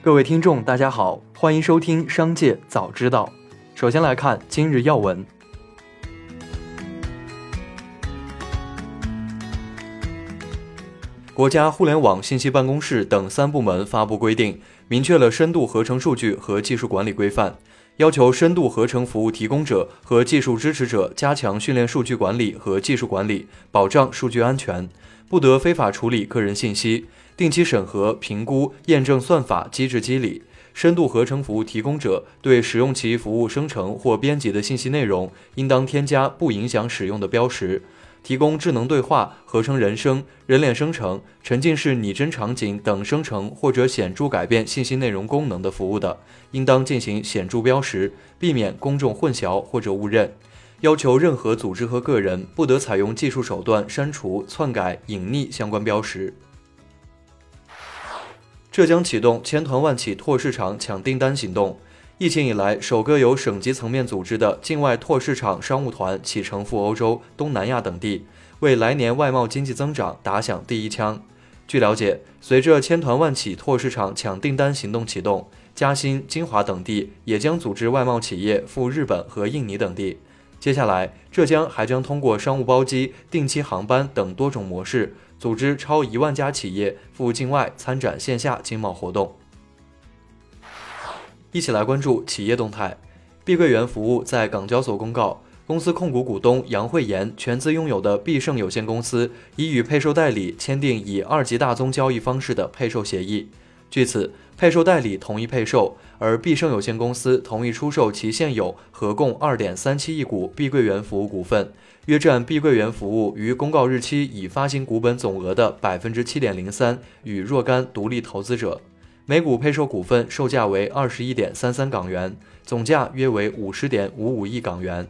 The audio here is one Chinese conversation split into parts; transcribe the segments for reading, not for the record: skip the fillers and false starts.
各位听众，大家好，欢迎收听《商界早知道》。首先来看今日要闻。国家互联网信息办公室等3部门发布规定，明确了深度合成数据和技术管理规范，要求深度合成服务提供者和技术支持者加强训练数据管理和技术管理，保障数据安全，不得非法处理个人信息，定期审核、评估、验证算法机制机理。深度合成服务提供者对使用其服务生成或编辑的信息内容，应当添加不影响使用的标识。提供智能对话、合成人声、人脸生成、沉浸式拟真场景等生成或者显著改变信息内容功能的服务的，应当进行显著标识，避免公众混淆或者误认。要求任何组织和个人不得采用技术手段删除、篡改、隐匿相关标识。浙江启动千团万企拓市场抢订单行动。疫情以来，首个由省级层面组织的境外拓市场商务团启程赴欧洲、东南亚等地，为来年外贸经济增长打响第一枪。据了解，随着千团万企拓市场抢订单行动启动，嘉兴、金华等地也将组织外贸企业赴日本和印尼等地。接下来，浙江还将通过商务包机、定期航班等多种模式，组织超1万家企业赴境外参展线下经贸活动。一起来关注企业动态。碧桂园服务在港交所公告，公司控股股东杨惠妍全资拥有的必胜有限公司已与配售代理签订以2级大宗交易方式的配售协议。据此，配售代理同意配售，而必胜有限公司同意出售其现有合共 2.37 亿股碧桂园服务股份，约占碧桂园服务于公告日期已发行股本总额的 7.03%， 与若干独立投资者。每股配售股份售价为 21.33 港元，总价约为 50.55 亿港元。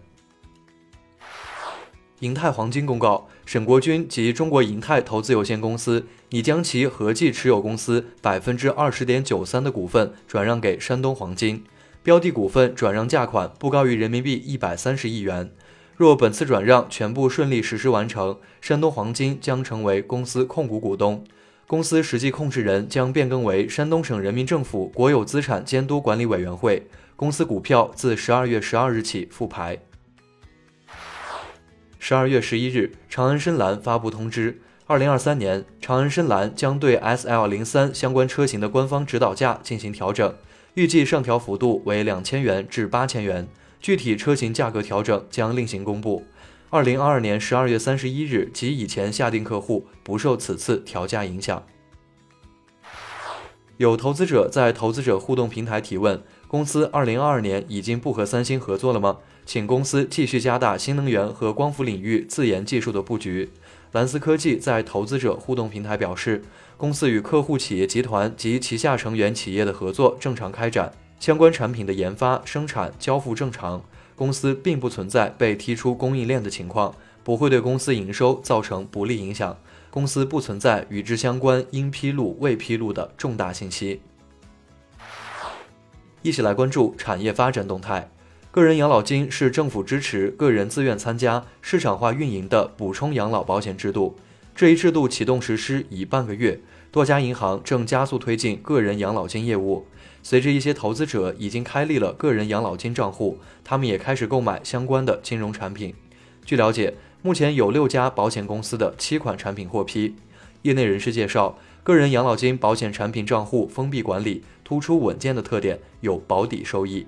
银泰黄金公告，沈国军及中国银泰投资有限公司拟将其合计持有公司 20.93% 的股份转让给山东黄金，标的股份转让价款不高于人民币130亿元。若本次转让全部顺利实施完成，山东黄金将成为公司控股股东。公司实际控制人将变更为山东省人民政府国有资产监督管理委员会，公司股票自12月12日起复牌。12月11日，长安深蓝发布通知，2023年长安深蓝将对 SL03 相关车型的官方指导价进行调整，预计上调幅度为2000元至8000元，具体车型价格调整将另行公布。2022年12月31日及以前下定客户不受此次调价影响。有投资者在投资者互动平台提问，公司2022年已经不和三星合作了吗？请公司继续加大新能源和光伏领域自研技术的布局。蓝思科技在投资者互动平台表示，公司与客户企业集团及旗下成员企业的合作正常开展，相关产品的研发、生产、交付正常。公司并不存在被踢出供应链的情况，不会对公司营收造成不利影响。公司不存在与之相关应披露未披露的重大信息。一起来关注产业发展动态。个人养老金是政府支持个人自愿参加市场化运营的补充养老保险制度。这一制度启动实施已半个月，多家银行正加速推进个人养老金业务。随着一些投资者已经开立了个人养老金账户，他们也开始购买相关的金融产品。据了解，目前有6家保险公司的7款产品获批。业内人士介绍，个人养老金保险产品账户封闭管理，突出稳健的特点，有保底收益。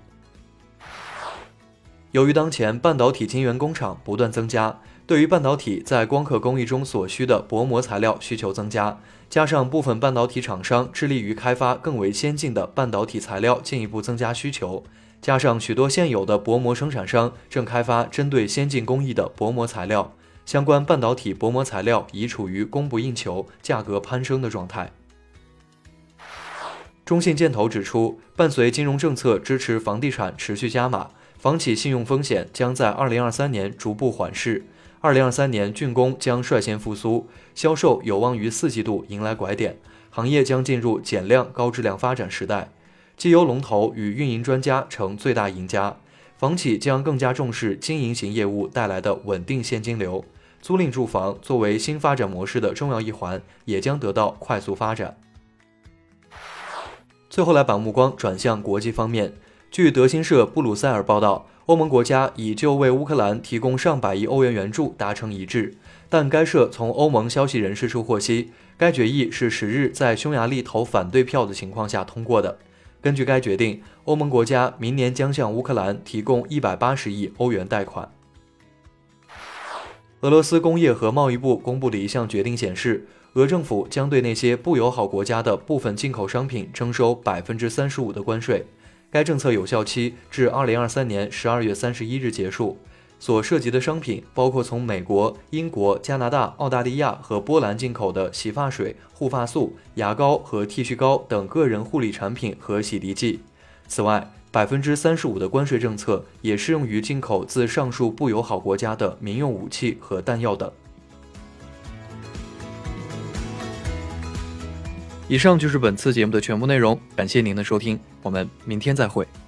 由于当前半导体晶圆工厂不断增加，对于半导体在光刻工艺中所需的薄膜材料需求增加，加上部分半导体厂商致力于开发更为先进的半导体材料，进一步增加需求，加上许多现有的薄膜生产商正开发针对先进工艺的薄膜材料，相关半导体薄膜材料已处于供不应求、价格攀升的状态。中信建投指出，伴随金融政策支持房地产持续加码，房企信用风险将在2023年逐步缓释。2023年竣工将率先复苏，销售有望于4季度迎来拐点，行业将进入减量高质量发展时代。机油龙头与运营专家成最大赢家，房企将更加重视经营型业务带来的稳定现金流，租赁住房作为新发展模式的重要一环，也将得到快速发展。 最后来把目光转向国际方面。据德新社布鲁塞尔报道，欧盟国家已就为乌克兰提供上百亿欧元援助达成一致，但该社从欧盟消息人士处获悉，该决议是10日在匈牙利投反对票的情况下通过的。根据该决定，欧盟国家明年将向乌克兰提供180亿欧元贷款。俄罗斯工业和贸易部公布的一项决定显示，俄政府将对那些不友好国家的部分进口商品征收35%的关税。该政策有效期至2023年12月31日结束，所涉及的商品包括从美国、英国、加拿大、澳大利亚和波兰进口的洗发水、护发素、牙膏和剃须膏等个人护理产品和洗涤剂。此外，35%的关税政策也适用于进口自上述不友好国家的民用武器和弹药等。以上就是本次节目的全部内容，感谢您的收听，我们明天再会。